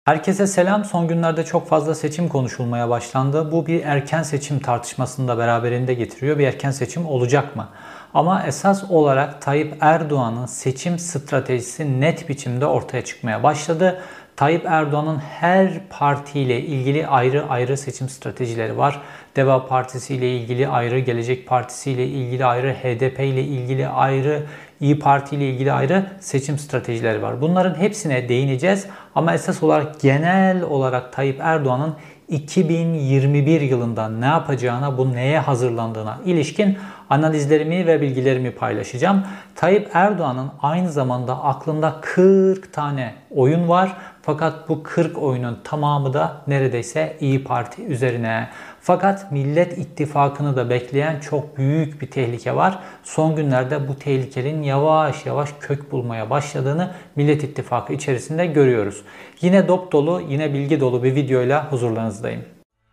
Herkese selam. Son günlerde çok fazla seçim konuşulmaya başlandı. Bu bir erken seçim tartışmasını da beraberinde getiriyor. Bir erken seçim olacak mı? Ama esas olarak Tayyip Erdoğan'ın seçim stratejisi net biçimde ortaya çıkmaya başladı. Tayyip Erdoğan'ın her partiyle ilgili ayrı ayrı seçim stratejileri var. Deva Partisi ile ilgili ayrı, Gelecek Partisi ile ilgili ayrı, HDP ile ilgili ayrı, İyi Parti ile ilgili ayrı seçim stratejileri var. Bunların hepsine değineceğiz ama esas olarak genel olarak Tayyip Erdoğan'ın 2021 yılında ne yapacağına, bu neye hazırlandığına ilişkin analizlerimi ve bilgilerimi paylaşacağım. Tayyip Erdoğan'ın aynı zamanda aklında 40 tane oyun var. Fakat bu 40 oyunun tamamı da neredeyse İyi Parti üzerine. Fakat Millet İttifakı'nı da bekleyen çok büyük bir tehlike var. Son günlerde bu tehlikenin yavaş yavaş kök bulmaya başladığını Millet İttifakı içerisinde görüyoruz. Yine dop dolu, yine bilgi dolu bir videoyla huzurlarınızdayım.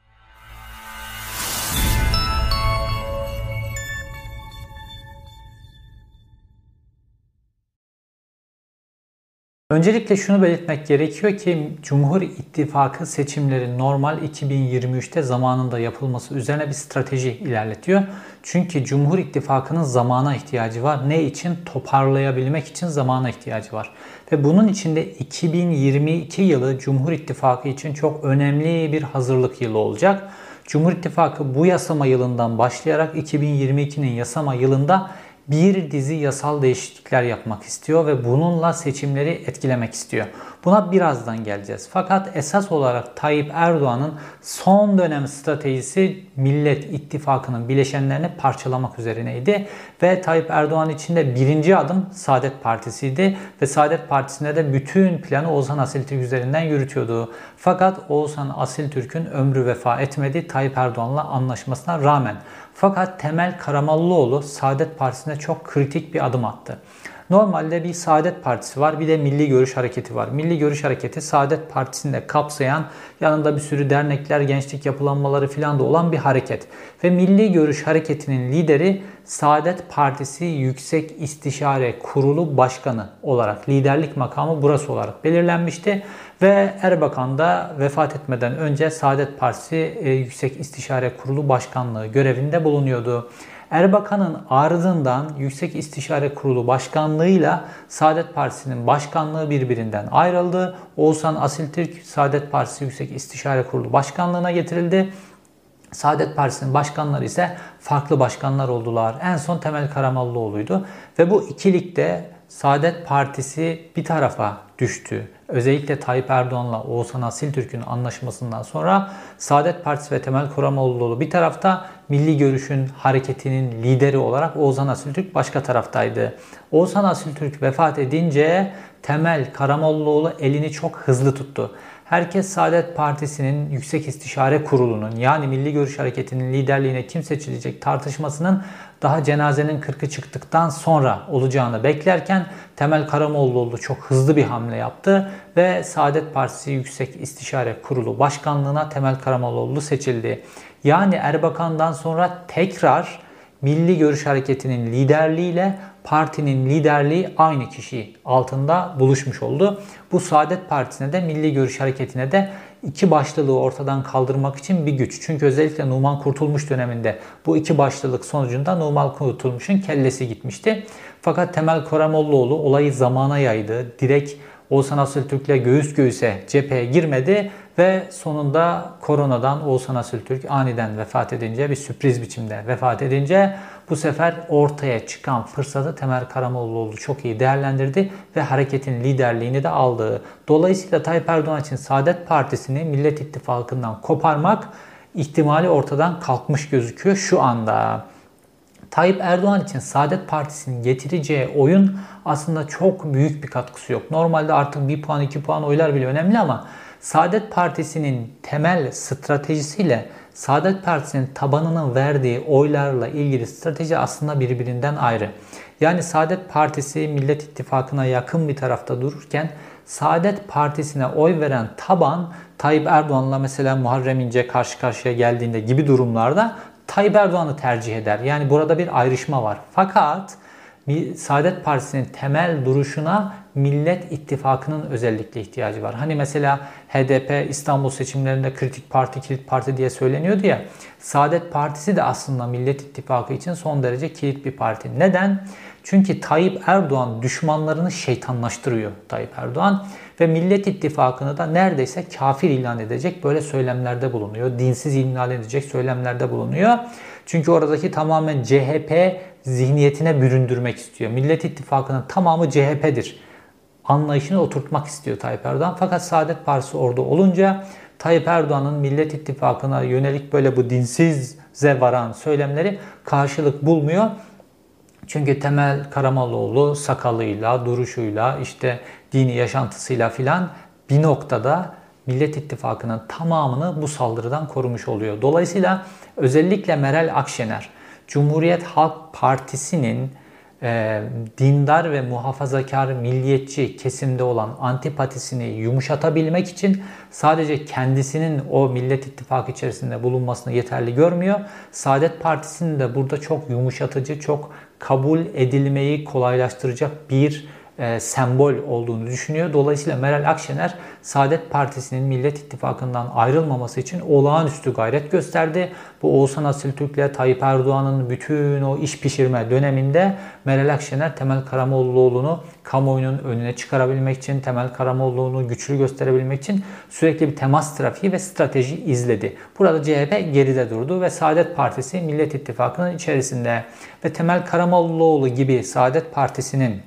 Öncelikle şunu belirtmek gerekiyor ki Cumhur İttifakı seçimleri normal 2023'te zamanında yapılması üzerine bir strateji ilerletiyor. Çünkü Cumhur İttifakı'nın zamana ihtiyacı var. Ne için? Toparlayabilmek için zamana ihtiyacı var. Ve bunun içinde 2022 yılı Cumhur İttifakı için çok önemli bir hazırlık yılı olacak. Cumhur İttifakı bu yasama yılından başlayarak 2022'nin yasama yılında bir dizi yasal değişiklikler yapmak istiyor ve bununla seçimleri etkilemek istiyor. Buna birazdan geleceğiz. Fakat esas olarak Tayyip Erdoğan'ın son dönem stratejisi Millet İttifakı'nın bileşenlerini parçalamak üzerineydi. Ve Tayyip Erdoğan için de birinci adım Saadet Partisi'ydi. Ve Saadet Partisi'ne de bütün planı Oğuzhan Asiltürk üzerinden yürütüyordu. Fakat Oğuzhan Asiltürk'ün ömrü vefa etmedi Tayyip Erdoğan'la anlaşmasına rağmen. Fakat Temel Karamollaoğlu Saadet Partisi'ne çok kritik bir adım attı. Normalde bir Saadet Partisi var, bir de Milli Görüş Hareketi var. Milli Görüş Hareketi Saadet Partisi'ni de kapsayan, yanında bir sürü dernekler, gençlik yapılanmaları filan da olan bir hareket. Ve Milli Görüş Hareketi'nin lideri Saadet Partisi Yüksek İstişare Kurulu Başkanı olarak, liderlik makamı burası olarak belirlenmişti. Ve Erbakan da vefat etmeden önce Saadet Partisi Yüksek İstişare Kurulu Başkanlığı görevinde bulunuyordu. Erbakan'ın ardından Yüksek İstişare Kurulu Başkanlığı'yla Saadet Partisi'nin başkanlığı birbirinden ayrıldı. Oğuzhan Asiltürk Saadet Partisi Yüksek İstişare Kurulu Başkanlığı'na getirildi. Saadet Partisi'nin başkanları ise farklı başkanlar oldular. En son Temel Karamollaoğlu'ydu. Ve bu ikilikte Saadet Partisi bir tarafa düştü. Özellikle Tayyip Erdoğan'la Oğuzhan Asiltürk'ün anlaşmasından sonra Saadet Partisi ve Temel Karamollaoğlu bir tarafta, Milli Görüş'ün hareketinin lideri olarak Oğuzhan Asiltürk başka taraftaydı. Oğuzhan Asiltürk vefat edince Temel Karamollaoğlu elini çok hızlı tuttu. Herkes Saadet Partisi'nin Yüksek İstişare Kurulu'nun, yani Milli Görüş Hareketi'nin liderliğine kim seçilecek tartışmasının daha cenazenin 40'ı çıktıktan sonra olacağını beklerken Temel Karamollaoğlu çok hızlı bir hamle yaptı ve Saadet Partisi Yüksek İstişare Kurulu Başkanlığı'na Temel Karamollaoğlu seçildi. Yani Erbakan'dan sonra tekrar Milli Görüş Hareketi'nin liderliğiyle partinin liderliği aynı kişi altında buluşmuş oldu. Bu Saadet Partisi'ne de Milli Görüş Hareketi'ne de iki başlılığı ortadan kaldırmak için bir güç. Çünkü özellikle Numan Kurtulmuş döneminde bu iki başlılık sonucunda Numan Kurtulmuş'un kellesi gitmişti. Fakat Temel Karamollaoğlu olayı zamana yaydı. Direkt Oğuzhan Asiltürk'le göğüs göğüse cepheye girmedi ve sonunda koronadan Oğuzhan Asiltürk aniden vefat edince, bir sürpriz biçimde vefat edince bu sefer ortaya çıkan fırsatı Temel Karamollaoğlu çok iyi değerlendirdi ve hareketin liderliğini de aldı. Dolayısıyla Tayyip Erdoğan için Saadet Partisi'ni Millet İttifakı'ndan koparmak ihtimali ortadan kalkmış gözüküyor şu anda. Tayyip Erdoğan için Saadet Partisi'nin getireceği oyun aslında çok büyük bir katkısı yok. Normalde artık 1 puan 2 puan oylar bile önemli ama Saadet Partisi'nin temel stratejisiyle Saadet Partisi'nin tabanının verdiği oylarla ilgili strateji aslında birbirinden ayrı. Yani Saadet Partisi Millet İttifakı'na yakın bir tarafta dururken Saadet Partisi'ne oy veren taban Tayyip Erdoğan'la mesela Muharrem İnce karşı karşıya geldiğinde gibi durumlarda Tayyip Erdoğan'ı tercih eder. Yani burada bir ayrışma var. Fakat Saadet Partisi'nin temel duruşuna Millet İttifakı'nın özellikle ihtiyacı var. Hani mesela HDP İstanbul seçimlerinde kritik parti, kilit parti diye söyleniyordu ya. Saadet Partisi de aslında Millet İttifakı için son derece kilit bir parti. Neden? Çünkü Tayyip Erdoğan düşmanlarını şeytanlaştırıyor Tayyip Erdoğan ve Millet İttifakı'nı da neredeyse kafir ilan edecek böyle söylemlerde bulunuyor. Dinsiz ilan edecek söylemlerde bulunuyor. Çünkü oradaki tamamen CHP zihniyetine büründürmek istiyor. Millet İttifakı'nın tamamı CHP'dir anlayışını oturtmak istiyor Tayyip Erdoğan. Fakat Saadet Partisi orada olunca Tayyip Erdoğan'ın Millet İttifakı'na yönelik böyle bu dinsize varan söylemleri karşılık bulmuyor. Çünkü Temel Karamollaoğlu sakalıyla, duruşuyla, işte dini yaşantısıyla filan bir noktada Millet İttifakı'nın tamamını bu saldırıdan korumuş oluyor. Dolayısıyla özellikle Meral Akşener, Cumhuriyet Halk Partisi'nin dindar ve muhafazakar, milliyetçi kesimde olan antipatisini yumuşatabilmek için sadece kendisinin o Millet İttifakı içerisinde bulunmasını yeterli görmüyor. Saadet Partisi'nin de burada çok yumuşatıcı, çok kabul edilmeyi kolaylaştıracak bir sembol olduğunu düşünüyor. Dolayısıyla Meral Akşener Saadet Partisi'nin Millet İttifakı'ndan ayrılmaması için olağanüstü gayret gösterdi. Bu Oğuzhan Asiltürk'le Tayyip Erdoğan'ın bütün o iş pişirme döneminde Meral Akşener Temel Karamollaoğlu'nu kamuoyunun önüne çıkarabilmek için, Temel Karamollaoğlu'nu güçlü gösterebilmek için sürekli bir temas trafiği ve strateji izledi. Burada CHP geride durdu ve Saadet Partisi Millet İttifakı'nın içerisinde ve Temel Karamollaoğlu gibi Saadet Partisi'nin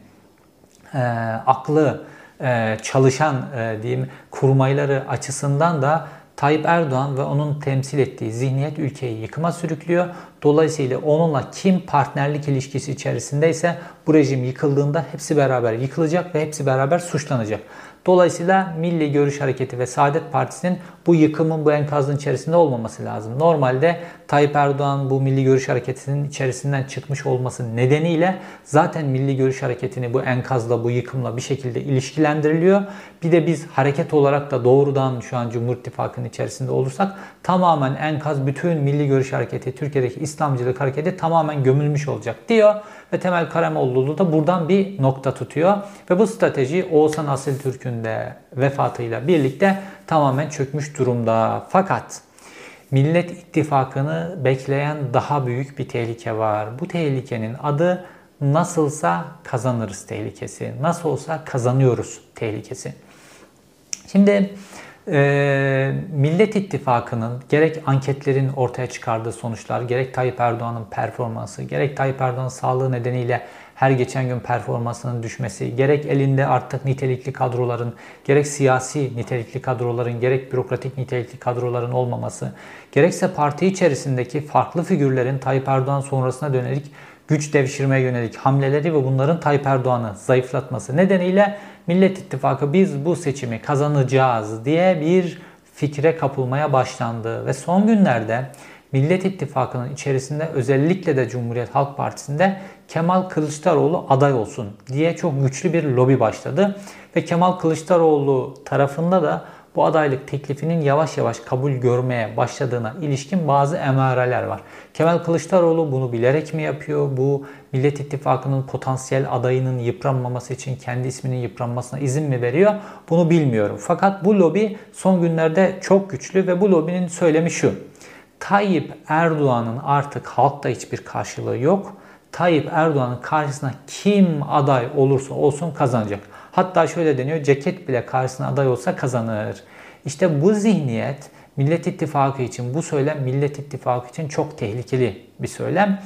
aklı çalışan diyeyim kurmayları açısından da Tayyip Erdoğan ve onun temsil ettiği zihniyet ülkeyi yıkıma sürüklüyor. Dolayısıyla onunla kim partnerlik ilişkisi içerisindeyse bu rejim yıkıldığında hepsi beraber yıkılacak ve hepsi beraber suçlanacak. Dolayısıyla Milli Görüş Hareketi ve Saadet Partisi'nin bu yıkımın, bu enkazın içerisinde olmaması lazım. Normalde Tayyip Erdoğan bu Milli Görüş Hareketi'nin içerisinden çıkmış olması nedeniyle zaten Milli Görüş Hareketi'ni bu enkazla, bu yıkımla bir şekilde ilişkilendiriliyor. Bir de biz hareket olarak da doğrudan şu an Cumhur İttifakı'nın içerisinde olursak tamamen enkaz, bütün Milli Görüş Hareketi, Türkiye'deki İslamcılık hareketi tamamen gömülmüş olacak diyor. Ve Temel Karamollaoğlu da buradan bir nokta tutuyor. Ve bu strateji Oğuzhan Asiltürk'ün de vefatıyla birlikte tamamen çökmüş durumda. Fakat Millet İttifakı'nı bekleyen daha büyük bir tehlike var. Bu tehlikenin adı nasılsa kazanırız tehlikesi. Nasıl olsa kazanıyoruz tehlikesi. Şimdi Millet İttifakı'nın gerek anketlerin ortaya çıkardığı sonuçlar, gerek Tayyip Erdoğan'ın performansı, gerek Tayyip Erdoğan'ın sağlığı nedeniyle her geçen gün performansının düşmesi, gerek elinde artık nitelikli kadroların, gerek siyasi nitelikli kadroların, gerek bürokratik nitelikli kadroların olmaması, gerekse parti içerisindeki farklı figürlerin Tayyip Erdoğan sonrasına dönelik güç devşirmeye yönelik hamleleri ve bunların Tayyip Erdoğan'ı zayıflatması nedeniyle Millet İttifakı biz bu seçimi kazanacağız diye bir fikre kapılmaya başlandı. Ve son günlerde Millet İttifakı'nın içerisinde özellikle de Cumhuriyet Halk Partisi'nde Kemal Kılıçdaroğlu aday olsun diye çok güçlü bir lobi başladı. Ve Kemal Kılıçdaroğlu tarafında da bu adaylık teklifinin yavaş yavaş kabul görmeye başladığına ilişkin bazı emareler var. Kemal Kılıçdaroğlu bunu bilerek mi yapıyor? Bu Millet İttifakı'nın potansiyel adayının yıpranmaması için kendi isminin yıpranmasına izin mi veriyor? Bunu bilmiyorum. Fakat bu lobi son günlerde çok güçlü ve bu lobinin söylemi şu: Tayyip Erdoğan'ın artık halkta hiçbir karşılığı yok. Tayyip Erdoğan'ın karşısına kim aday olursa olsun kazanacak. Hatta şöyle deniyor, ceket bile karşısına aday olsa kazanır. İşte bu zihniyet Millet İttifakı için, bu söylem Millet İttifakı için çok tehlikeli bir söylem.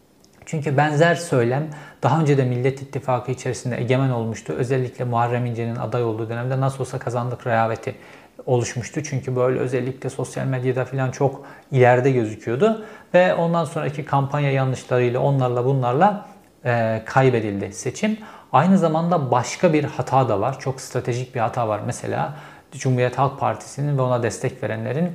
Çünkü benzer söylem daha önce de Millet İttifakı içerisinde egemen olmuştu. Özellikle Muharrem İnce'nin aday olduğu dönemde nasıl olsa kazandık rehaveti oluşmuştu. Çünkü böyle özellikle sosyal medyada falan çok ileride gözüküyordu. Ve ondan sonraki kampanya yanlışlarıyla onlarla bunlarla kaybedildi seçim. Aynı zamanda başka bir hata da var. Çok stratejik bir hata var. Mesela Cumhuriyet Halk Partisi'nin ve ona destek verenlerin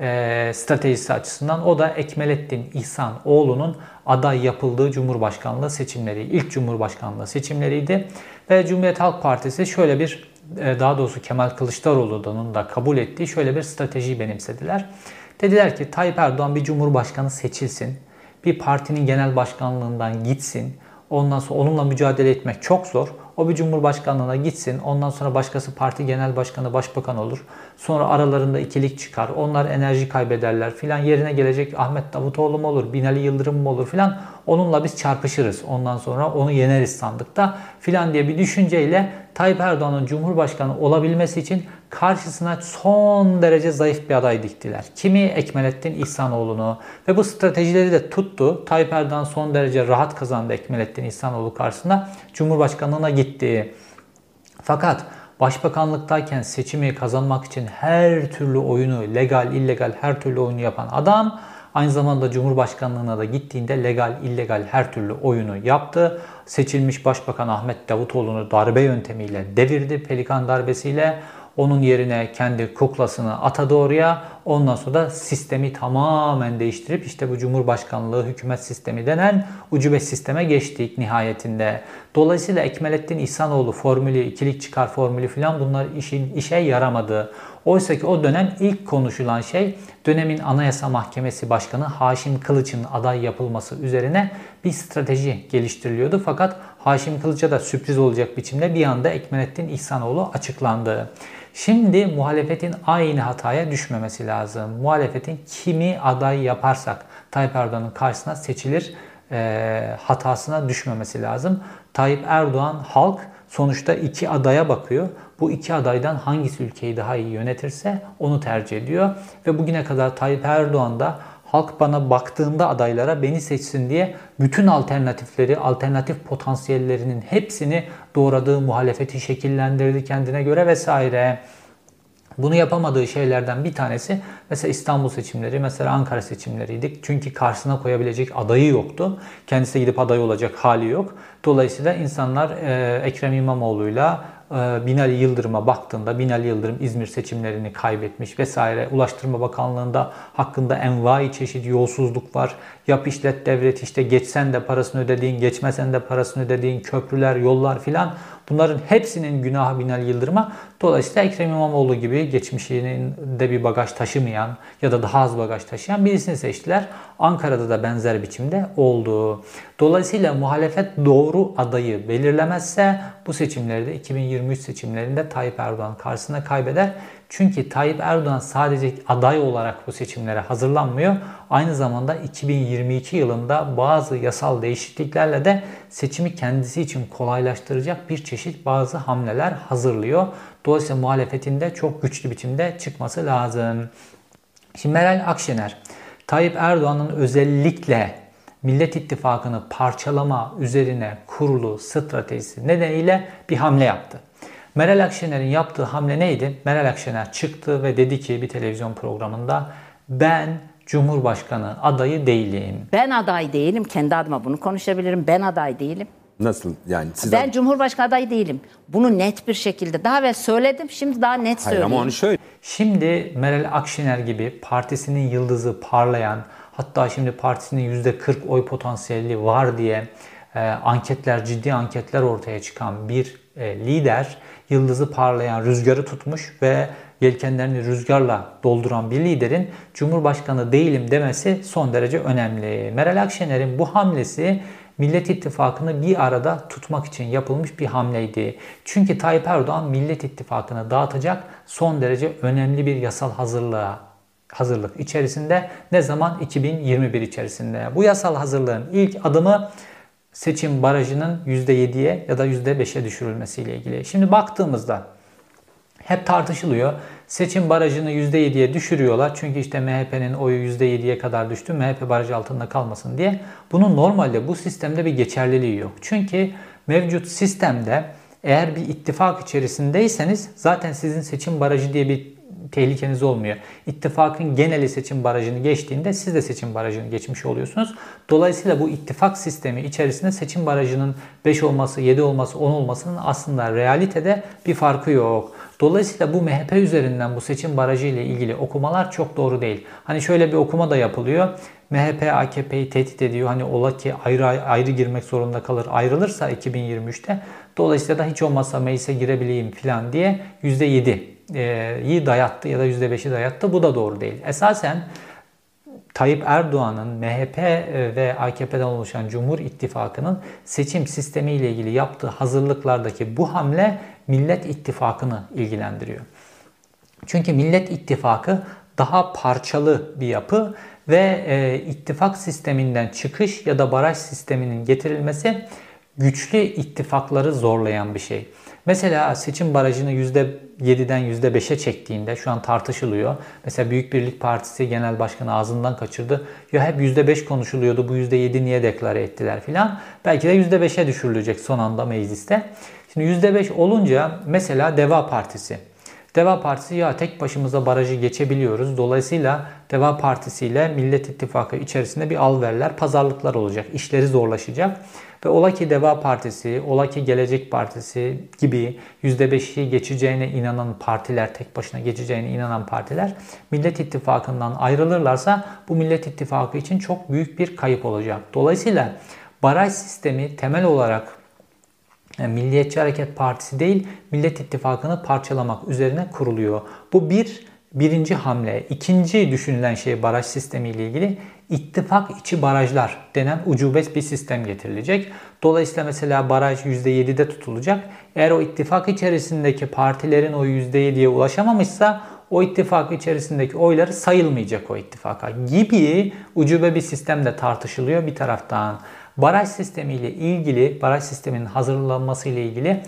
stratejisi açısından o da Ekmelettin İhsanoğlu'nun aday yapıldığı Cumhurbaşkanlığı seçimleri, ilk Cumhurbaşkanlığı seçimleriydi. Ve Cumhuriyet Halk Partisi şöyle bir, daha doğrusu Kemal Kılıçdaroğlu'nun da kabul ettiği şöyle bir strateji benimsediler. Dediler ki Tayyip Erdoğan bir Cumhurbaşkanı seçilsin, bir partinin genel başkanlığından gitsin, Ondan sonra onunla mücadele etmek çok zor. O bir cumhurbaşkanlığına gitsin. Ondan sonra başkası parti genel başkanı, başbakan olur. Sonra aralarında ikilik çıkar. Onlar enerji kaybederler filan. Yerine gelecek Ahmet Davutoğlu mu olur, Binali Yıldırım mı olur filan. Onunla biz çarpışırız. Ondan sonra onu yeneriz sandıkta filan diye bir düşünceyle Tayyip Erdoğan'ın Cumhurbaşkanı olabilmesi için karşısına son derece zayıf bir aday diktiler. Kimi Ekmelettin İhsanoğlu'nu ve bu stratejileri de tuttu. Tayyip Erdoğan son derece rahat kazandı Ekmelettin İhsanoğlu karşısında. Cumhurbaşkanlığına gitti. Fakat başbakanlıktayken seçimi kazanmak için her türlü oyunu, legal, illegal her türlü oyunu yapan adam aynı zamanda Cumhurbaşkanlığına da gittiğinde legal, illegal her türlü oyunu yaptı. Seçilmiş Başbakan Ahmet Davutoğlu'nu darbe yöntemiyle devirdi, Pelikan darbesiyle. Onun yerine kendi kuklasını atadı oraya. Ondan sonra da sistemi tamamen değiştirip işte bu Cumhurbaşkanlığı hükümet sistemi denen ucube sisteme geçtik nihayetinde. Dolayısıyla Ekmelettin İhsanoğlu formülü, ikilik çıkar formülü falan bunlar işe yaramadı. Oysa ki o dönem ilk konuşulan şey dönemin Anayasa Mahkemesi Başkanı Haşim Kılıç'ın aday yapılması üzerine bir strateji geliştiriliyordu. Fakat Haşim Kılıç'a da sürpriz olacak biçimde bir anda Ekmelettin İhsanoğlu açıklandı. Şimdi muhalefetin aynı hataya düşmemesi lazım. Muhalefetin kimi aday yaparsak Tayyip Erdoğan'ın karşısına seçilir hatasına düşmemesi lazım. Tayyip Erdoğan halk sonuçta iki adaya bakıyor. Bu iki adaydan hangisi ülkeyi daha iyi yönetirse onu tercih ediyor. Ve bugüne kadar Tayyip Erdoğan da halk bana baktığında adaylara beni seçsin diye bütün alternatifleri, alternatif potansiyellerinin hepsini doğradığı muhalefeti şekillendirdi kendine göre vesaire. Bunu yapamadığı şeylerden bir tanesi mesela İstanbul seçimleri, mesela Ankara seçimleriydi. Çünkü karşısına koyabilecek adayı yoktu. Kendisi gidip aday olacak hali yok. Dolayısıyla insanlar Ekrem İmamoğlu'yla Binali Yıldırım'a baktığında Binali Yıldırım İzmir seçimlerini kaybetmiş vesaire. Ulaştırma Bakanlığı'nda hakkında envai çeşit yolsuzluk var. Yap işlet devret işte geçsen de parasını ödediğin, geçmesen de parasını ödediğin köprüler, yollar filan. Bunların hepsinin günahı Binali Yıldırım'a. Dolayısıyla Ekrem İmamoğlu gibi geçmişinde bir bagaj taşımayan ya da daha az bagaj taşıyan birisini seçtiler. Ankara'da da benzer biçimde oldu. Dolayısıyla muhalefet doğru adayı belirlemezse bu seçimlerde 2023 seçimlerinde Tayyip Erdoğan karşısına kaybeder. Çünkü Tayyip Erdoğan sadece aday olarak bu seçimlere hazırlanmıyor. Aynı zamanda 2022 yılında bazı yasal değişikliklerle de seçimi kendisi için kolaylaştıracak bir çeşit bazı hamleler hazırlıyor. Dolayısıyla muhalefetin de çok güçlü biçimde çıkması lazım. Şimdi Meral Akşener, Tayyip Erdoğan'ın özellikle Millet İttifakı'nı parçalama üzerine kurulu stratejisi nedeniyle bir hamle yaptı. Meral Akşener'in yaptığı hamle neydi? Meral Akşener çıktı ve dedi ki bir televizyon programında ben Cumhurbaşkanı adayı değilim. Ben aday değilim. Kendi adıma bunu konuşabilirim. Ben aday değilim. Nasıl yani? Ben Cumhurbaşkanı adayı değilim. Bunu net bir şekilde daha evvel söyledim. Şimdi daha net söyleyeyim. Hayır ama onu şöyle. Şimdi Meral Akşener gibi partisinin yıldızı parlayan, hatta şimdi partisinin %40 oy potansiyeli var diye anketler, ciddi anketler ortaya çıkan bir lider, yıldızı parlayan, rüzgarı tutmuş ve yelkenlerini rüzgarla dolduran bir liderin Cumhurbaşkanı değilim demesi son derece önemli. Meral Akşener'in bu hamlesi Millet İttifakı'nı bir arada tutmak için yapılmış bir hamleydi. Çünkü Tayyip Erdoğan Millet İttifakı'nı dağıtacak son derece önemli bir yasal hazırlık içerisinde. Ne zaman? 2021 içerisinde. Bu yasal hazırlığın ilk adımı seçim barajının %7'ye ya da %5'e düşürülmesiyle ilgili. Şimdi baktığımızda hep tartışılıyor. Seçim barajını %7'ye düşürüyorlar. Çünkü işte MHP'nin oyu %7'ye kadar düştü. MHP baraj altında kalmasın diye. Bunun normalde bu sistemde bir geçerliliği yok. Çünkü mevcut sistemde eğer bir ittifak içerisindeyseniz zaten sizin seçim barajı diye bir tehlikeniz olmuyor. İttifakın geneli seçim barajını geçtiğinde siz de seçim barajını geçmiş oluyorsunuz. Dolayısıyla bu ittifak sistemi içerisinde seçim barajının 5 olması, 7 olması, 10 olmasının aslında realitede bir farkı yok. Dolayısıyla bu MHP üzerinden bu seçim barajı ile ilgili okumalar çok doğru değil. Hani şöyle bir okuma da yapılıyor. MHP AKP'yi tehdit ediyor. Hani ola ki ayrı girmek zorunda kalır. Ayrılırsa 2023'te dolayısıyla da hiç olmazsa meclise girebileyim falan diye %7'yi dayattı ya da %5'i dayattı. Bu da doğru değil. Esasen Tayyip Erdoğan'ın MHP ve AKP'den oluşan Cumhur İttifakı'nın seçim sistemi ile ilgili yaptığı hazırlıklardaki bu hamle Millet İttifakı'nı ilgilendiriyor. Çünkü Millet İttifakı daha parçalı bir yapı ve ittifak sisteminden çıkış ya da baraj sisteminin getirilmesi güçlü ittifakları zorlayan bir şey. Mesela seçim barajını %7'den %5'e çektiğinde şu an tartışılıyor. Mesela Büyük Birlik Partisi Genel Başkanı ağzından kaçırdı. Ya hep %5 konuşuluyordu, bu %7 niye deklare ettiler filan. Belki de %5'e düşürülecek son anda mecliste. Şimdi %5 olunca mesela Deva Partisi. Deva Partisi ya tek başımıza barajı geçebiliyoruz. Dolayısıyla Deva Partisi ile Millet İttifakı içerisinde bir alverler, pazarlıklar olacak. İşleri zorlaşacak. Ve ola ki Deva Partisi, ola ki Gelecek Partisi gibi %5'i geçeceğine inanan partiler, tek başına geçeceğine inanan partiler Millet İttifakı'ndan ayrılırlarsa bu Millet İttifakı için çok büyük bir kayıp olacak. Dolayısıyla baraj sistemi temel olarak Milliyetçi Hareket Partisi değil, Millet İttifakı'nı parçalamak üzerine kuruluyor. Bu birinci hamle. İkinci düşünülen şey baraj sistemi ile ilgili ittifak içi barajlar denen ucube bir sistem getirilecek. Dolayısıyla mesela baraj %7'de tutulacak. Eğer o ittifak içerisindeki partilerin o %7'ye ulaşamamışsa o ittifak içerisindeki oyları sayılmayacak o ittifaka gibi ucube bir sistem de tartışılıyor bir taraftan. Baraj sistemi ile ilgili, baraj sisteminin hazırlanması ile ilgili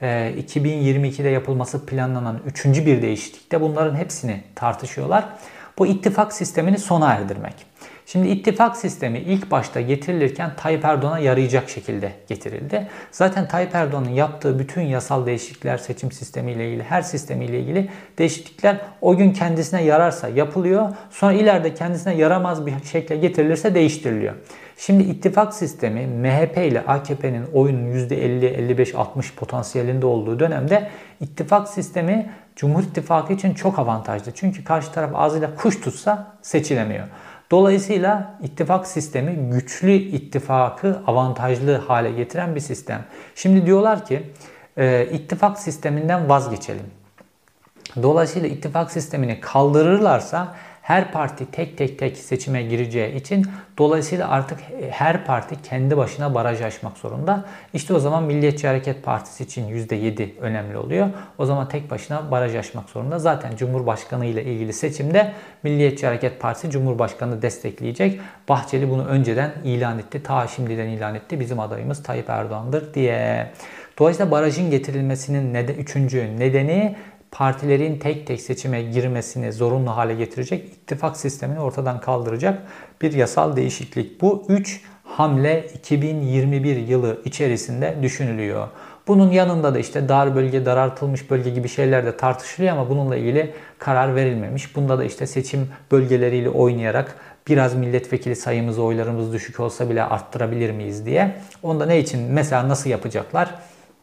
2022'de yapılması planlanan üçüncü bir değişiklikte bunların hepsini tartışıyorlar. Bu ittifak sistemini sona erdirmek. Şimdi ittifak sistemi ilk başta getirilirken Tayyip Erdoğan'a yarayacak şekilde getirildi. Zaten Tayyip Erdoğan'ın yaptığı bütün yasal değişiklikler, seçim sistemiyle ilgili, her sistemiyle ilgili değişiklikler o gün kendisine yararsa yapılıyor. Sonra ileride kendisine yaramaz bir şekilde getirilirse değiştiriliyor. Şimdi ittifak sistemi MHP ile AKP'nin oyunun %50, 55, 60 potansiyelinde olduğu dönemde ittifak sistemi Cumhur İttifakı için çok avantajlı. Çünkü karşı taraf ağzıyla kuş tutsa seçilemiyor. Dolayısıyla ittifak sistemi güçlü ittifakı avantajlı hale getiren bir sistem. Şimdi diyorlar ki ittifak sisteminden vazgeçelim. Dolayısıyla ittifak sistemini kaldırırlarsa her parti tek tek seçime gireceği için dolayısıyla artık her parti kendi başına baraj aşmak zorunda. İşte o zaman Milliyetçi Hareket Partisi için %7 önemli oluyor. O zaman tek başına baraj aşmak zorunda. Zaten Cumhurbaşkanı ile ilgili seçimde Milliyetçi Hareket Partisi Cumhurbaşkanı'nı destekleyecek. Bahçeli bunu önceden ilan etti. Ta şimdiden ilan etti. Bizim adayımız Tayyip Erdoğan'dır diye. Dolayısıyla barajın getirilmesinin üçüncü nedeni partilerin tek tek seçime girmesini zorunlu hale getirecek, ittifak sistemini ortadan kaldıracak bir yasal değişiklik. Bu 3 hamle 2021 yılı içerisinde düşünülüyor. Bunun yanında da işte dar bölge, daraltılmış bölge gibi şeyler de tartışılıyor ama bununla ilgili karar verilmemiş. Bunda da işte seçim bölgeleriyle oynayarak biraz milletvekili sayımızı, oylarımız düşük olsa bile arttırabilir miyiz diye. Onda ne için, mesela nasıl yapacaklar?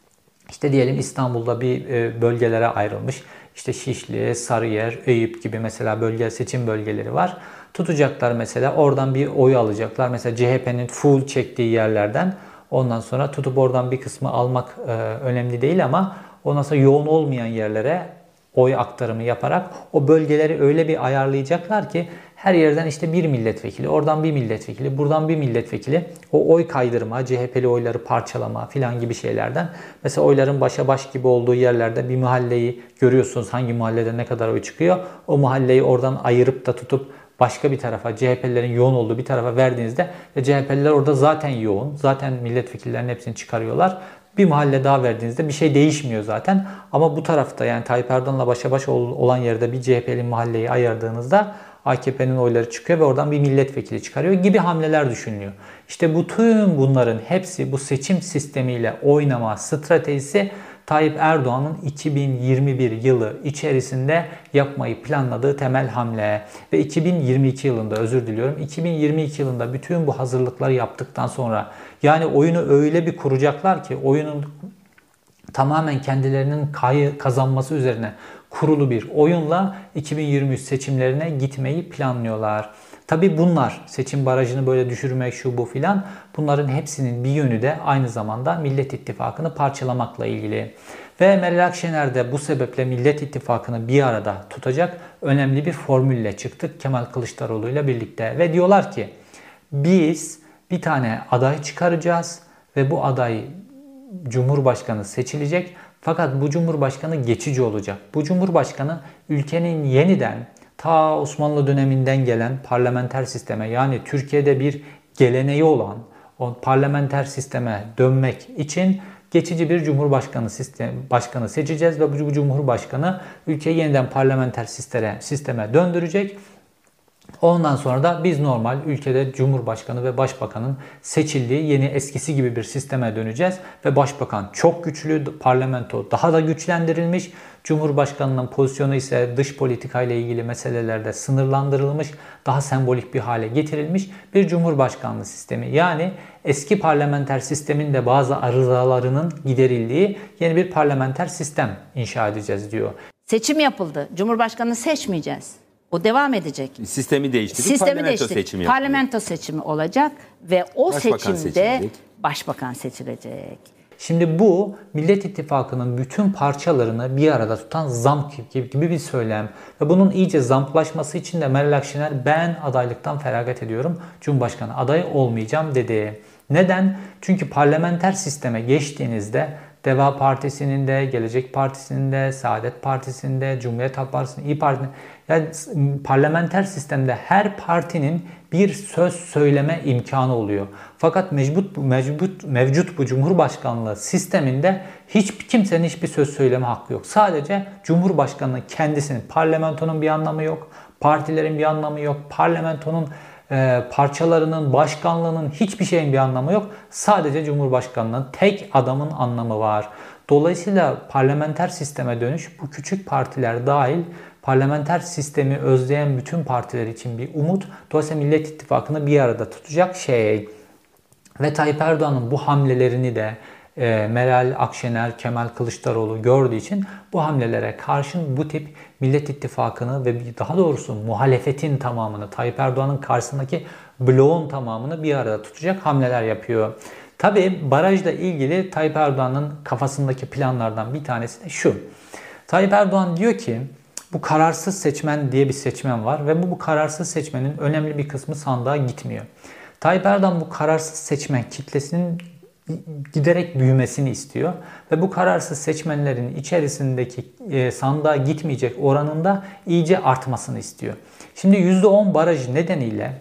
İşte diyelim İstanbul'da bir bölgelere ayrılmış. İşte Şişli, Sarıyer, Eyüp gibi mesela seçim bölgeleri var. Tutacaklar mesela oradan bir oy alacaklar. Mesela CHP'nin full çektiği yerlerden ondan sonra tutup oradan bir kısmı almak önemli değil ama ondan sonra yoğun olmayan yerlere oy aktarımı yaparak o bölgeleri öyle bir ayarlayacaklar ki her yerden işte bir milletvekili, oradan bir milletvekili, buradan bir milletvekili, o oy kaydırma, CHP'li oyları parçalama filan gibi şeylerden. Mesela oyların başa baş gibi olduğu yerlerde bir mahalleyi görüyorsunuz, hangi mahallede ne kadar oy çıkıyor. O mahalleyi oradan ayırıp da tutup başka bir tarafa, CHP'lilerin yoğun olduğu bir tarafa verdiğinizde CHP'liler orada zaten yoğun, zaten milletvekillerinin hepsini çıkarıyorlar. Bir mahalle daha verdiğinizde bir şey değişmiyor zaten. Ama bu tarafta, yani Tayyip Erdoğan'la başa baş olan yerde bir CHP'li mahalleyi ayırdığınızda AKP'nin oyları çıkıyor ve oradan bir milletvekili çıkarıyor gibi hamleler düşünülüyor. İşte bütün bunların hepsi, bu seçim sistemiyle oynama stratejisi Tayyip Erdoğan'ın 2021 yılı içerisinde yapmayı planladığı temel hamle. Ve 2022 yılında, 2022 yılında bütün bu hazırlıkları yaptıktan sonra, yani oyunu öyle bir kuracaklar ki oyunun tamamen kendilerinin kazanması üzerine kurulu bir oyunla 2023 seçimlerine gitmeyi planlıyorlar. Tabii bunlar, seçim barajını böyle düşürmek, şu bu filan, bunların hepsinin bir yönü de aynı zamanda Millet İttifakı'nı parçalamakla ilgili. Ve Meral Akşener de bu sebeple Millet İttifakı'nı bir arada tutacak önemli bir formülle çıktık Kemal Kılıçdaroğlu ile birlikte. Ve diyorlar ki biz bir tane aday çıkaracağız ve bu aday Cumhurbaşkanı seçilecek. Fakat bu Cumhurbaşkanı geçici olacak. Bu Cumhurbaşkanı ülkenin yeniden ta Osmanlı döneminden gelen parlamenter sisteme, yani Türkiye'de bir geleneği olan o parlamenter sisteme dönmek için geçici bir başkanı seçeceğiz ve bu Cumhurbaşkanı ülkeyi yeniden parlamenter sisteme döndürecek. Ondan sonra da biz normal ülkede Cumhurbaşkanı ve Başbakanın seçildiği yeni eskisi gibi bir sisteme döneceğiz. Ve Başbakan çok güçlü, parlamento daha da güçlendirilmiş. Cumhurbaşkanının pozisyonu ise dış politika ile ilgili meselelerde sınırlandırılmış, daha sembolik bir hale getirilmiş bir Cumhurbaşkanlığı sistemi. Yani eski parlamenter sistemin de bazı arızalarının giderildiği yeni bir parlamenter sistem inşa edeceğiz diyor. Seçim yapıldı. Cumhurbaşkanını seçmeyeceğiz. O devam edecek. Sistemi değiştirdik. Parlamento seçimi yapıldı. Parlamento seçimi olacak ve o Başbakan seçimde seçilecek. başbakan seçilecek. Şimdi bu Millet İttifakı'nın bütün parçalarını bir arada tutan zamp gibi bir söylem. Ve bunun iyice zamplaşması için de Meral Akşener ben adaylıktan feragat ediyorum, Cumhurbaşkanı adayı olmayacağım dedi. Neden? Çünkü parlamenter sisteme geçtiğinizde Deva Partisi'nin de, Gelecek Partisi'nin de, Saadet Partisi'nin de, Cumhuriyet Halk Partisi'nin, İYİ Parti'nin, yani parlamenter sistemde her partinin bir söz söyleme imkanı oluyor. Fakat mevcut bu Cumhurbaşkanlığı sisteminde hiçbir kimsenin hiçbir söz söyleme hakkı yok. Sadece Cumhurbaşkanının kendisinin, parlamentonun bir anlamı yok, partilerin bir anlamı yok, parlamentonun parçalarının, başkanlığının hiçbir şeyin bir anlamı yok. Sadece Cumhurbaşkanlığının tek adamın anlamı var. Dolayısıyla parlamenter sisteme dönüş bu küçük partiler dahil parlamenter sistemi özleyen bütün partiler için bir umut. Dolayısıyla Millet İttifakı'nı bir arada tutacak şey. Ve Tayyip Erdoğan'ın bu hamlelerini de Meral Akşener, Kemal Kılıçdaroğlu gördüğü için bu hamlelere karşın bu tip Millet İttifakı'nı ve daha doğrusu muhalefetin tamamını, Tayyip Erdoğan'ın karşısındaki bloğun tamamını bir arada tutacak hamleler yapıyor. Tabii barajla ilgili Tayyip Erdoğan'ın kafasındaki planlardan bir tanesi de şu. Tayyip Erdoğan diyor ki bu kararsız seçmen diye bir seçmen var ve bu kararsız seçmenin önemli bir kısmı sandığa gitmiyor. Tayyip Erdoğan bu kararsız seçmen kitlesinin giderek büyümesini istiyor ve bu kararsız seçmenlerin içerisindeki sandığa gitmeyecek oranında iyice artmasını istiyor. Şimdi %10 barajı nedeniyle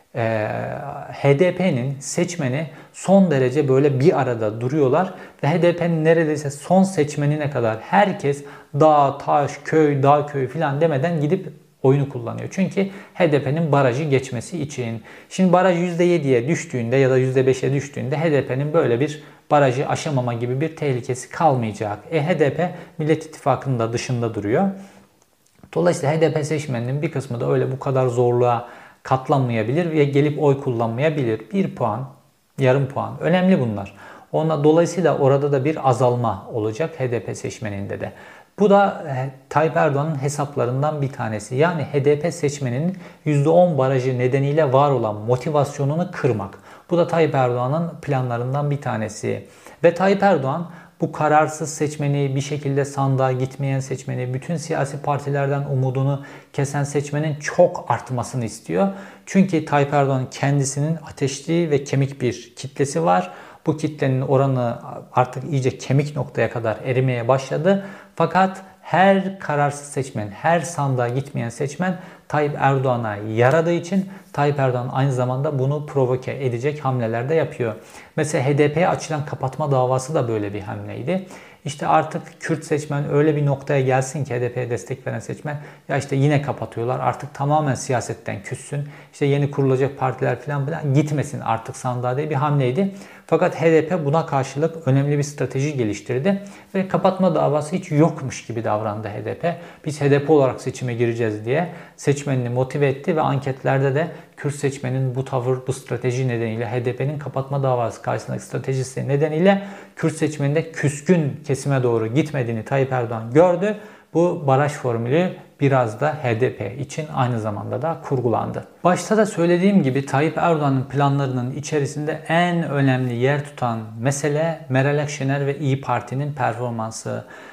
HDP'nin seçmeni son derece böyle bir arada duruyorlar ve HDP'nin neredeyse son seçmenine kadar herkes dağ, taş, köy, dağ, köy filan demeden gidip oyunu kullanıyor. Çünkü HDP'nin barajı geçmesi için. Şimdi baraj %7'ye düştüğünde ya da %5'e düştüğünde HDP'nin böyle bir barajı aşamama gibi bir tehlikesi kalmayacak. HDP Millet İttifakı'nın da dışında duruyor. Dolayısıyla HDP seçmeninin bir kısmı da öyle bu kadar zorluğa katlanmayabilir ve gelip oy kullanmayabilir. 1 puan, yarım puan. Önemli bunlar. Dolayısıyla orada da bir azalma olacak HDP seçmeninde de. Bu da Tayyip Erdoğan'ın hesaplarından bir tanesi. Yani HDP seçmeninin %10 barajı nedeniyle var olan motivasyonunu kırmak. Bu da Tayyip Erdoğan'ın planlarından bir tanesi. Ve Tayyip Erdoğan bu kararsız seçmeni, bir şekilde sandığa gitmeyen seçmeni, bütün siyasi partilerden umudunu kesen seçmenin çok artmasını istiyor. Çünkü Tayyip Erdoğan kendisinin ateşli ve kemik bir kitlesi var. Bu kitlenin oranı artık iyice kemik noktaya kadar erimeye başladı. Fakat her kararsız seçmen, her sandığa gitmeyen seçmen Tayyip Erdoğan'a yaradığı için Tayyip Erdoğan aynı zamanda bunu provoke edecek hamleler de yapıyor. Mesela HDP'ye açılan kapatma davası da böyle bir hamleydi. İşte artık Kürt seçmen öyle bir noktaya gelsin ki HDP'ye destek veren seçmen ya işte yine kapatıyorlar, artık tamamen siyasetten küssün, işte yeni kurulacak partiler falan gitmesin artık sandığa diye bir hamleydi. Fakat HDP buna karşılık önemli bir strateji geliştirdi ve kapatma davası hiç yokmuş gibi davrandı HDP. Biz HDP olarak seçime gireceğiz diye seçmenini motive etti ve anketlerde de Kürt seçmenin bu tavır, bu strateji nedeniyle HDP'nin kapatma davası karşısındaki stratejisi nedeniyle Kürt seçmenin de küskün kesime doğru gitmediğini Tayyip Erdoğan gördü. Bu baraj formülü biraz da HDP için aynı zamanda da kurgulandı. Başta da söylediğim gibi Tayyip Erdoğan'ın planlarının içerisinde en önemli yer tutan mesele Meral Akşener ve İYİ Parti'nin performansı.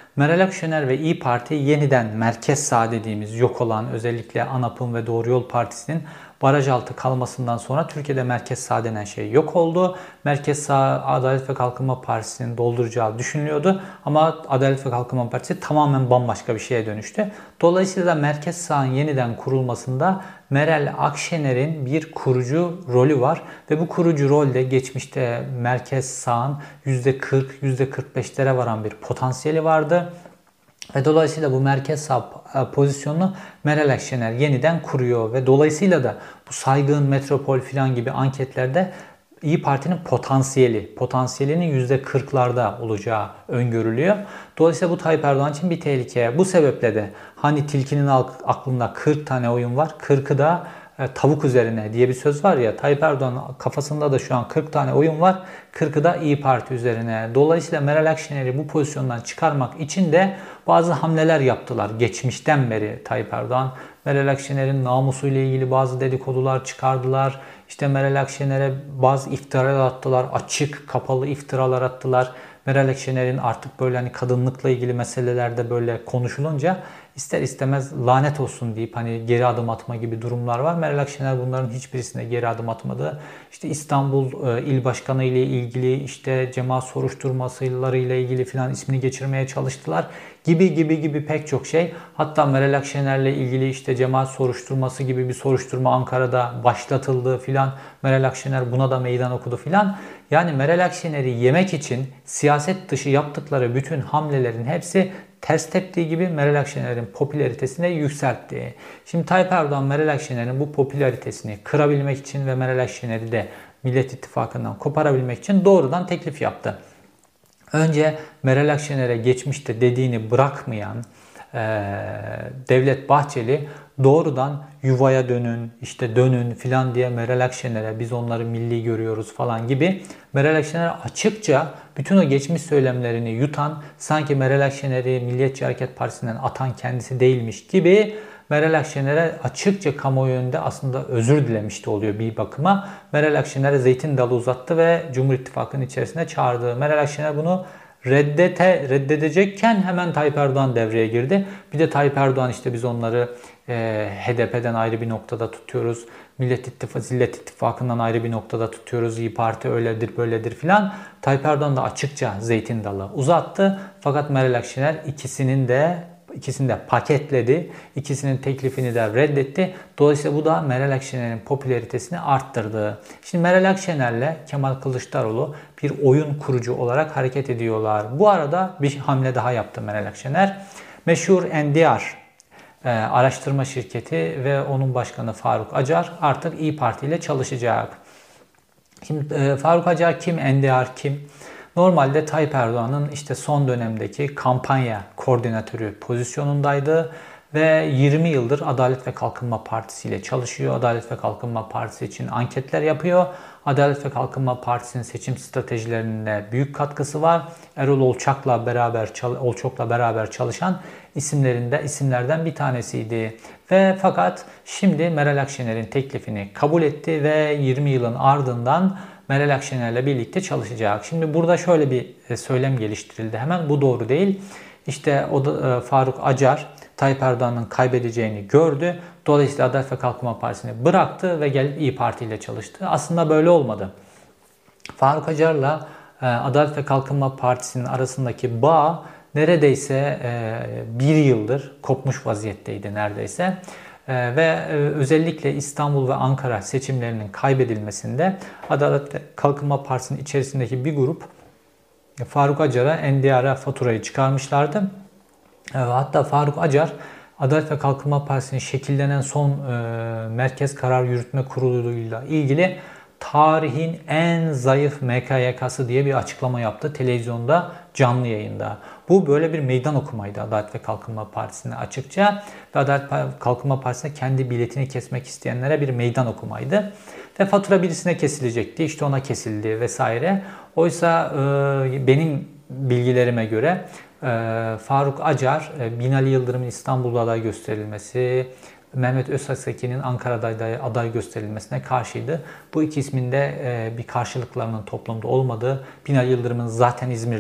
Meral Akşener ve İYİ Parti yeniden merkez sağ dediğimiz yok olan özellikle ANAP'ın ve Doğru Yol Partisi'nin baraj altı kalmasından sonra Türkiye'de merkez sağ denen şey yok oldu. Merkez sağ Adalet ve Kalkınma Partisi'nin dolduracağı düşünülüyordu ama Adalet ve Kalkınma Partisi tamamen bambaşka bir şeye dönüştü. Dolayısıyla merkez sağın yeniden kurulmasında Meral Akşener'in bir kurucu rolü var ve bu kurucu rolde geçmişte merkez sağın %40, %45'lere varan bir potansiyeli vardı. Ve dolayısıyla bu merkez sağ pozisyonunu Meral Akşener yeniden kuruyor ve dolayısıyla da bu Saygın, Metropol filan gibi anketlerde İYİ Parti'nin potansiyelinin %40'larda olacağı öngörülüyor. Dolayısıyla bu Tayyip Erdoğan için bir tehlike. Bu sebeple de hani tilkinin aklında 40 tane oyun var, 40'ı da tavuk üzerine diye bir söz var ya, Tayyip Erdoğan'ın kafasında da şu an 40 tane oyun var, 40'ı da İYİ Parti üzerine. Dolayısıyla Meral Akşener'i bu pozisyondan çıkarmak için de bazı hamleler yaptılar geçmişten beri Tayyip Erdoğan. Meral Akşener'in namusuyla ilgili bazı dedikodular çıkardılar. İşte Meral Akşener'e bazı iftiralar attılar, açık kapalı iftiralar attılar. Meral Akşener'in artık böyle hani kadınlıkla ilgili meselelerde böyle konuşulunca ister istemez lanet olsun deyip hani geri adım atma gibi durumlar var. Meral Akşener bunların hiçbirisine geri adım atmadı. İşte İstanbul İl Başkanı ile ilgili işte cemaat soruşturmaları ile ilgili filan ismini geçirmeye çalıştılar. Gibi pek çok şey. Hatta Meral Akşener'le ilgili işte cemaat soruşturması gibi bir soruşturma Ankara'da başlatıldı filan. Meral Akşener buna da meydan okudu filan. Yani Meral Akşener'i yemek için siyaset dışı yaptıkları bütün hamlelerin hepsi ters teptiği gibi Meral Akşener'in popülaritesini yükseltti. Şimdi Tayyip Erdoğan Meral Akşener'in bu popülaritesini kırabilmek için ve Meral Akşener'i de Millet İttifakı'ndan koparabilmek için doğrudan teklif yaptı. Önce Meral Akşener'e geçmişte dediğini bırakmayan Devlet Bahçeli doğrudan yuvaya dönün, işte dönün filan diye Meral Akşener'e biz onları milli görüyoruz falan gibi Meral Akşener açıkça bütün o geçmiş söylemlerini yutan, sanki Meral Akşener'i Milliyetçi Hareket Partisi'nden atan kendisi değilmiş gibi Meral Akşener'e açıkça kamuoyu önünde aslında özür dilemişti oluyor bir bakıma. Meral Akşener'e zeytin dalı uzattı ve Cumhur İttifakı'nın içerisine çağırdı. Meral Akşener bunu reddedecekken hemen Tayyip Erdoğan devreye girdi. Bir de Tayyip Erdoğan işte biz onları HDP'den ayrı bir noktada tutuyoruz. Zillet İttifakı'ndan ayrı bir noktada tutuyoruz. İYİ Parti öyledir böyledir filan. Tayyip Erdoğan da açıkça zeytin dalı uzattı. Fakat Meral Akşener ikisini de paketledi. İkisinin teklifini de reddetti. Dolayısıyla bu da Meral Akşener'in popülaritesini arttırdı. Şimdi Meral Akşener'le Kemal Kılıçdaroğlu bir oyun kurucu olarak hareket ediyorlar. Bu arada bir hamle daha yaptı Meral Akşener. Meşhur NDR araştırma şirketi ve onun başkanı Faruk Acar artık İYİ Parti ile çalışacak. Şimdi Faruk Acar kim? NDR kim? Normalde Tayyip Erdoğan'ın işte son dönemdeki kampanya koordinatörü pozisyonundaydı ve 20 yıldır Adalet ve Kalkınma Partisi ile çalışıyor. Adalet ve Kalkınma Partisi için anketler yapıyor. Adalet ve Kalkınma Partisi'nin seçim stratejilerine büyük katkısı var. Erol Olçak'la beraber çalışan isimlerden bir tanesiydi. Fakat şimdi Meral Akşener'in teklifini kabul etti ve 20 yılın ardından Meral Akşener'le birlikte çalışacak. Şimdi burada şöyle bir söylem geliştirildi. Hemen bu doğru değil. İşte o da Faruk Acar Tayyip Erdoğan'ın kaybedeceğini gördü. Dolayısıyla Adalet ve Kalkınma Partisi'ni bıraktı ve gelip İYİ Parti ile çalıştı. Aslında böyle olmadı. Faruk Acar'la Adalet ve Kalkınma Partisi'nin arasındaki bağ neredeyse bir yıldır kopmuş vaziyetteydi neredeyse. Ve özellikle İstanbul ve Ankara seçimlerinin kaybedilmesinde Adalet ve Kalkınma Partisi'nin içerisindeki bir grup Faruk Acar'a, NDR'a faturayı çıkarmışlardı. Hatta Faruk Acar, Adalet ve Kalkınma Partisi'nin şekillenen son Merkez Karar Yürütme Kurulu'yla ilgili tarihin en zayıf MKYK'sı diye bir açıklama yaptı televizyonda, canlı yayında. Bu böyle bir meydan okumaydı Adalet ve Kalkınma Partisi'ne açıkça. Ve Adalet ve Kalkınma Partisi'ne kendi biletini kesmek isteyenlere bir meydan okumaydı. Ve fatura birisine kesilecekti. İşte ona kesildi vesaire. Oysa benim bilgilerime göre Faruk Acar, Binali Yıldırım'ın İstanbul'da aday gösterilmesi, Mehmet Özsasekin'in Ankara'da aday gösterilmesine karşıydı. Bu iki ismin de bir karşılıklarının toplumda olmadığı, Binali Yıldırım'ın zaten İzmir'de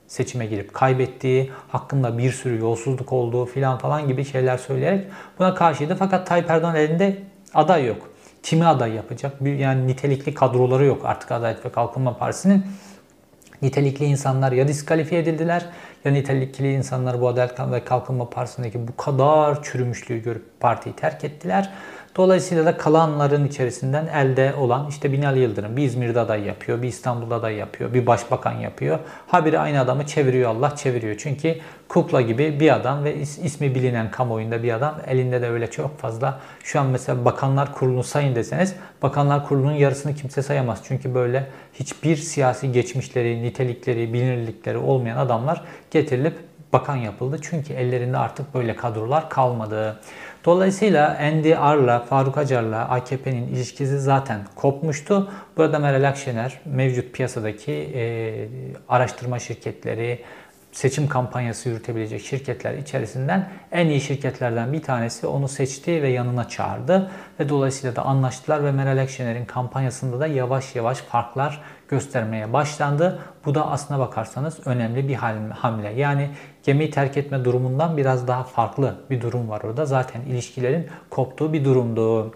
seçime girip kaybettiği, hakkında bir sürü yolsuzluk olduğu falan gibi şeyler söyleyerek buna karşıydı. Fakat Tayyip Erdoğan elinde aday yok. Kimi aday yapacak? Yani nitelikli kadroları yok artık Adalet ve Kalkınma Partisi'nin. Nitelikli insanlar ya diskalifiye edildiler ya nitelikli insanlar bu Adalet ve Kalkınma Partisi'ndeki bu kadar çürümüşlüğü görüp partiyi terk ettiler. Dolayısıyla da kalanların içerisinden elde olan işte Binali Yıldırım bir İzmir'de aday yapıyor, bir İstanbul'da aday yapıyor, bir başbakan yapıyor. Habire aynı adamı çeviriyor, Allah çeviriyor. Çünkü kukla gibi bir adam ve ismi bilinen kamuoyunda bir adam, elinde de öyle çok fazla. Şu an mesela Bakanlar Kurulu'nu sayın deseniz Bakanlar Kurulu'nun yarısını kimse sayamaz. Çünkü böyle hiçbir siyasi geçmişleri, nitelikleri, bilinirlikleri olmayan adamlar getirilip bakan yapıldı. Çünkü ellerinde artık böyle kadrolar kalmadı. Dolayısıyla NDR'la, Faruk Acar'la AKP'nin ilişkisi zaten kopmuştu. Burada Meral Akşener mevcut piyasadaki araştırma şirketleri, seçim kampanyası yürütebilecek şirketler içerisinden en iyi şirketlerden bir tanesi, onu seçti ve yanına çağırdı. Ve dolayısıyla da anlaştılar ve Meral Akşener'in kampanyasında da yavaş yavaş farklar göstermeye başlandı. Bu da aslına bakarsanız önemli bir hamle. Yani gemiyi terk etme durumundan biraz daha farklı bir durum var orada. Zaten ilişkilerin koptuğu bir durumdu.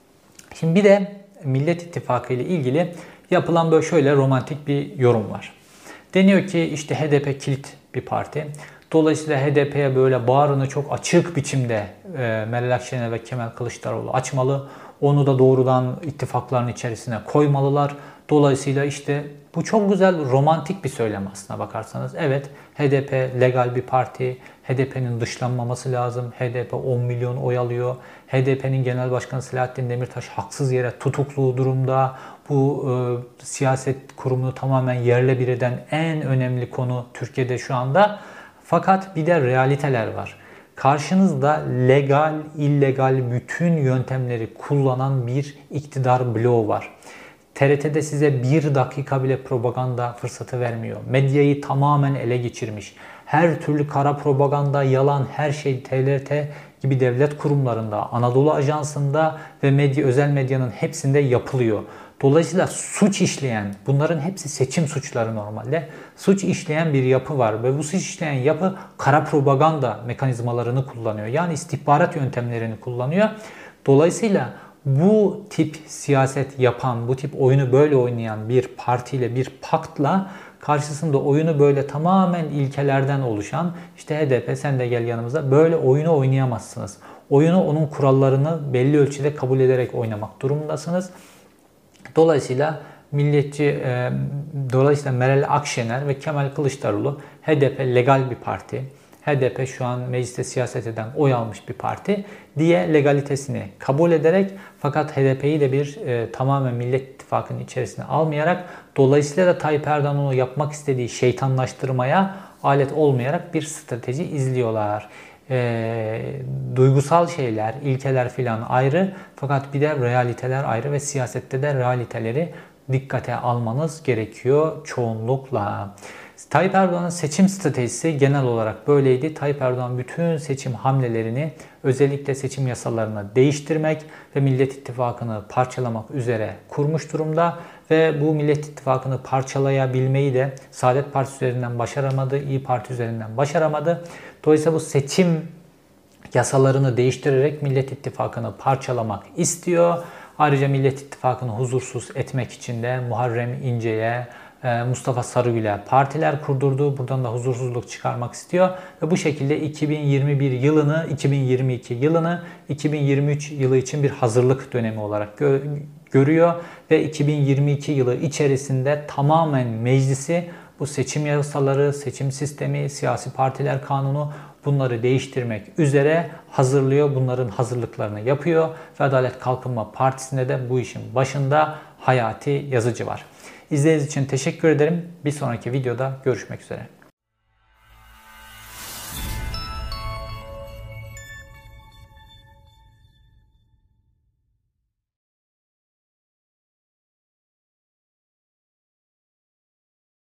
Şimdi bir de Millet İttifakı ile ilgili yapılan böyle şöyle romantik bir yorum var. Deniyor ki işte HDP kilit bir parti. Dolayısıyla HDP'ye böyle bağrını çok açık biçimde Meral Akşener ve Kemal Kılıçdaroğlu açmalı. Onu da doğrudan ittifakların içerisine koymalılar. Dolayısıyla işte bu çok güzel romantik bir söylem aslına bakarsanız. Evet, HDP legal bir parti. HDP'nin dışlanmaması lazım. HDP 10 milyon oy alıyor. HDP'nin Genel Başkanı Selahattin Demirtaş haksız yere tutuklu durumda. Bu siyaset kurumunu tamamen yerle bir eden en önemli konu Türkiye'de şu anda. Fakat bir de realiteler var. Karşınızda legal, illegal bütün yöntemleri kullanan bir iktidar bloğu var. TRT'de size bir dakika bile propaganda fırsatı vermiyor. Medyayı tamamen ele geçirmiş. Her türlü kara propaganda, yalan, her şey TRT gibi devlet kurumlarında, Anadolu Ajansı'nda ve özel medyanın hepsinde yapılıyor. Dolayısıyla suç işleyen, bunların hepsi seçim suçları normalde, suç işleyen bir yapı var ve bu suç işleyen yapı kara propaganda mekanizmalarını kullanıyor. Yani istihbarat yöntemlerini kullanıyor. Dolayısıyla bu tip siyaset yapan, bu tip oyunu böyle oynayan bir partiyle, bir paktla karşısında oyunu böyle tamamen ilkelerden oluşan, işte HDP sen de gel yanımıza, böyle oyunu oynayamazsınız. Oyunu, onun kurallarını belli ölçüde kabul ederek oynamak durumundasınız. Dolayısıyla dolayısıyla Meral Akşener ve Kemal Kılıçdaroğlu, HDP legal bir parti, HDP şu an mecliste siyaset eden, oy almış bir parti diye legalitesini kabul ederek, fakat HDP'yi de bir tamamen Millet İttifakı'nın içerisine almayarak, dolayısıyla da Tayyip Erdoğan'ın yapmak istediği şeytanlaştırmaya alet olmayarak bir strateji izliyorlar. Duygusal şeyler, ilkeler filan ayrı, fakat bir de realiteler ayrı ve siyasette de realiteleri dikkate almanız gerekiyor çoğunlukla. Tayyip Erdoğan'ın seçim stratejisi genel olarak böyleydi. Tayyip Erdoğan bütün seçim hamlelerini özellikle seçim yasalarını değiştirmek ve Millet İttifakı'nı parçalamak üzere kurmuş durumda. Ve bu Millet İttifakı'nı parçalayabilmeyi de Saadet Partisi üzerinden başaramadı, İYİ Parti üzerinden başaramadı. Dolayısıyla bu seçim yasalarını değiştirerek Millet İttifakı'nı parçalamak istiyor. Ayrıca Millet İttifakı'nı huzursuz etmek için de Muharrem İnce'ye, Mustafa Sarıgül'e partiler kurdurdu. Buradan da huzursuzluk çıkarmak istiyor. Ve bu şekilde 2021 yılını, 2022 yılını 2023 yılı için bir hazırlık dönemi olarak görüyor. Ve 2022 yılı içerisinde tamamen meclisi bu seçim yasaları, seçim sistemi, siyasi partiler kanunu, bunları değiştirmek üzere hazırlıyor. Bunların hazırlıklarını yapıyor. Ve Adalet Kalkınma Partisi'nde de bu işin başında Hayati Yazıcı var. İzlediğiniz için teşekkür ederim. Bir sonraki videoda görüşmek üzere.